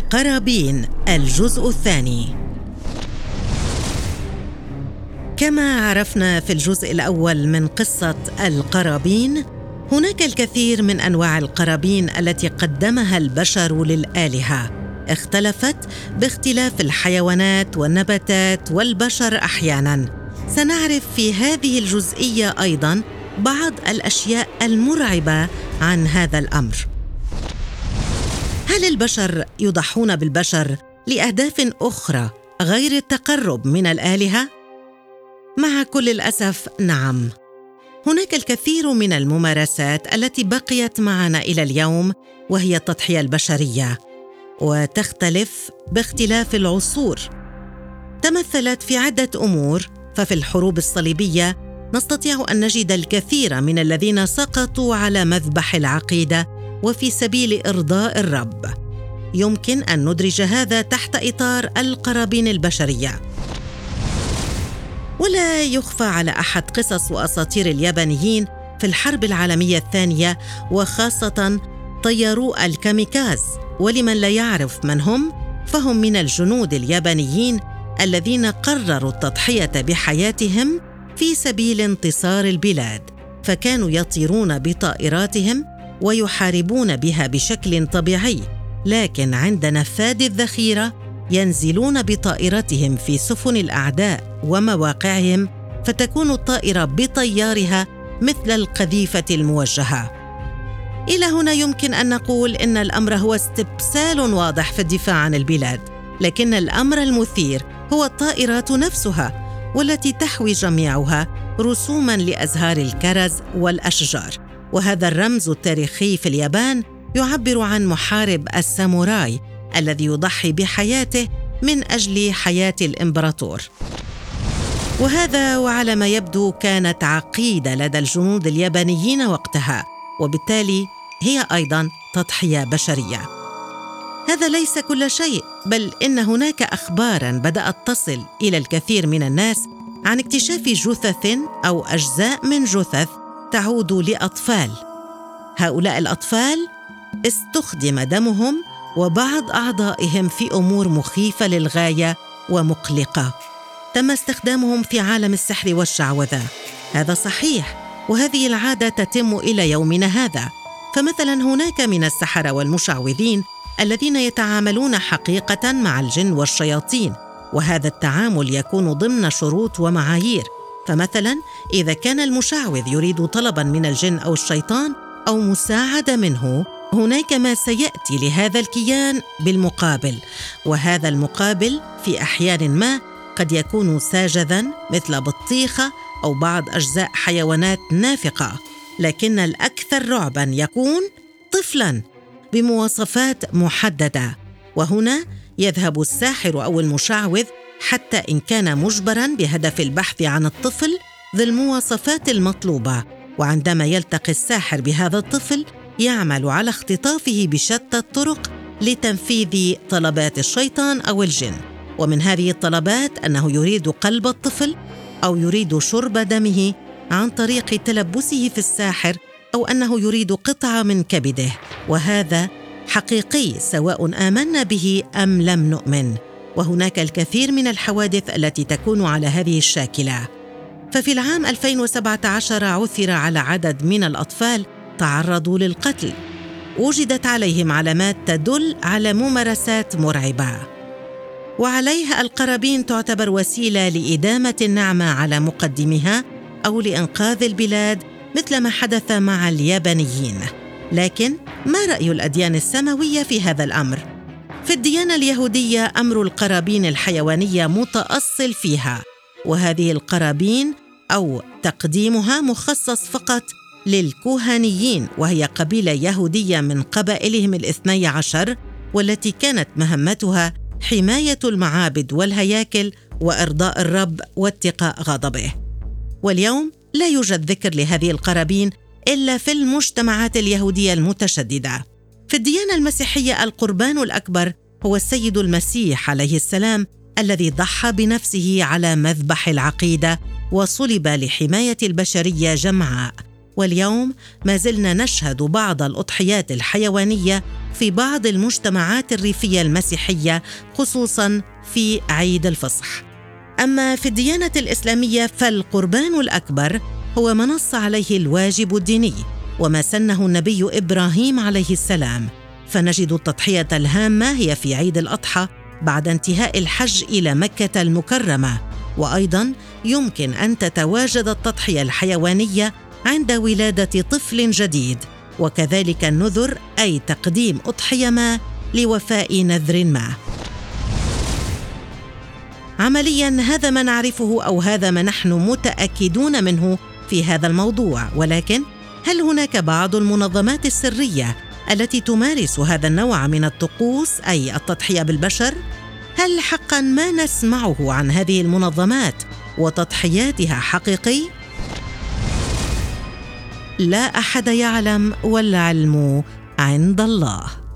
القرابين الجزء الثاني. كما عرفنا في الجزء الأول من قصة القرابين، هناك الكثير من أنواع القرابين التي قدمها البشر للآلهة، اختلفت باختلاف الحيوانات والنباتات والبشر أحياناً. سنعرف في هذه الجزئية أيضاً بعض الأشياء المرعبة عن هذا الأمر. هل البشر يضحون بالبشر لأهداف أخرى غير التقرب من الآلهة؟ مع كل الأسف نعم. هناك الكثير من الممارسات التي بقيت معنا إلى اليوم، وهي التضحية البشرية، وتختلف باختلاف العصور. تمثلت في عدة أمور، ففي الحروب الصليبية نستطيع أن نجد الكثير من الذين سقطوا على مذبح العقيدة وفي سبيل إرضاء الرب. يمكن أن ندرج هذا تحت إطار القرابين البشرية. ولا يخفى على أحد قصص وأساطير اليابانيين في الحرب العالمية الثانية، وخاصة طيارو الكاميكاز. ولمن لا يعرف من هم، فهم من الجنود اليابانيين الذين قرروا التضحية بحياتهم في سبيل انتصار البلاد، فكانوا يطيرون بطائراتهم ويحاربون بها بشكل طبيعي، لكن عند نفاذ الذخيرة ينزلون بطائرتهم في سفن الأعداء ومواقعهم، فتكون الطائرة بطيارها مثل القذيفة الموجهة. إلى هنا يمكن أن نقول إن الأمر هو استبسال واضح في الدفاع عن البلاد، لكن الأمر المثير هو الطائرات نفسها، والتي تحوي جميعها رسوماً لأزهار الكرز والأشجار. وهذا الرمز التاريخي في اليابان يعبر عن محارب الساموراي الذي يضحي بحياته من أجل حياة الإمبراطور. وهذا وعلى ما يبدو كانت عقيدة لدى الجنود اليابانيين وقتها، وبالتالي هي أيضاً تضحية بشرية. هذا ليس كل شيء، بل إن هناك أخباراً بدأت تصل إلى الكثير من الناس عن اكتشاف جثث أو أجزاء من جثث تعود لأطفال. هؤلاء الأطفال استخدم دمهم وبعض أعضائهم في أمور مخيفة للغاية ومقلقة. تم استخدامهم في عالم السحر والشعوذة. هذا صحيح، وهذه العادة تتم إلى يومنا هذا. فمثلا هناك من السحرة والمشعوذين الذين يتعاملون حقيقة مع الجن والشياطين، وهذا التعامل يكون ضمن شروط ومعايير. فمثلا إذا كان المشعوذ يريد طلبا من الجن أو الشيطان أو مساعدة منه، هناك ما سيأتي لهذا الكيان بالمقابل، وهذا المقابل في أحيان ما قد يكون ساجذا مثل بطيخة أو بعض أجزاء حيوانات نافقة، لكن الأكثر رعبا يكون طفلا بمواصفات محددة. وهنا يذهب الساحر أو المشعوذ حتى إن كان مجبرا بهدف البحث عن الطفل ذي المواصفات المطلوبة. وعندما يلتقي الساحر بهذا الطفل يعمل على اختطافه بشتى الطرق لتنفيذ طلبات الشيطان أو الجن. ومن هذه الطلبات أنه يريد قلب الطفل أو يريد شرب دمه عن طريق تلبسه في الساحر، أو أنه يريد قطعة من كبده. وهذا حقيقي سواء آمنا به أم لم نؤمن. وهناك الكثير من الحوادث التي تكون على هذه الشاكلة. ففي العام 2017 عثر على عدد من الأطفال تعرضوا للقتل، وجدت عليهم علامات تدل على ممارسات مرعبة. وعليها القرابين تعتبر وسيلة لإدامة النعمة على مقدمها أو لإنقاذ البلاد، مثل ما حدث مع اليابانيين. لكن ما رأي الأديان السماوية في هذا الأمر؟ في الديانة اليهودية أمر القرابين الحيوانية متأصل فيها، وهذه القرابين أو تقديمها مخصص فقط للكوهانيين، وهي قبيلة يهودية من قبائلهم 12، والتي كانت مهمتها حماية المعابد والهياكل وإرضاء الرب واتقاء غضبه. واليوم لا يوجد ذكر لهذه القرابين إلا في المجتمعات اليهودية المتشددة. في الديانة المسيحية القربان الأكبر هو السيد المسيح عليه السلام، الذي ضحى بنفسه على مذبح العقيدة وصلب لحماية البشرية جمعاء. واليوم ما زلنا نشهد بعض الأضحيات الحيوانية في بعض المجتمعات الريفية المسيحية، خصوصاً في عيد الفصح. أما في الديانة الإسلامية فالقربان الأكبر هو ما نص عليه الواجب الديني وما سنه النبي إبراهيم عليه السلام، فنجد التضحية الهامة هي في عيد الأضحى بعد انتهاء الحج إلى مكة المكرمة، وأيضاً يمكن أن تتواجد التضحية الحيوانية عند ولادة طفل جديد، وكذلك النذر أي تقديم أضحية ما لوفاء نذر ما. عملياً هذا ما نعرفه أو هذا ما نحن متأكدون منه في هذا الموضوع، ولكن هل هناك بعض المنظمات السرية التي تمارس هذا النوع من الطقوس أي التضحية بالبشر؟ هل حقاً ما نسمعه عن هذه المنظمات وتضحياتها حقيقي؟ لا أحد يعلم والعلم عند الله.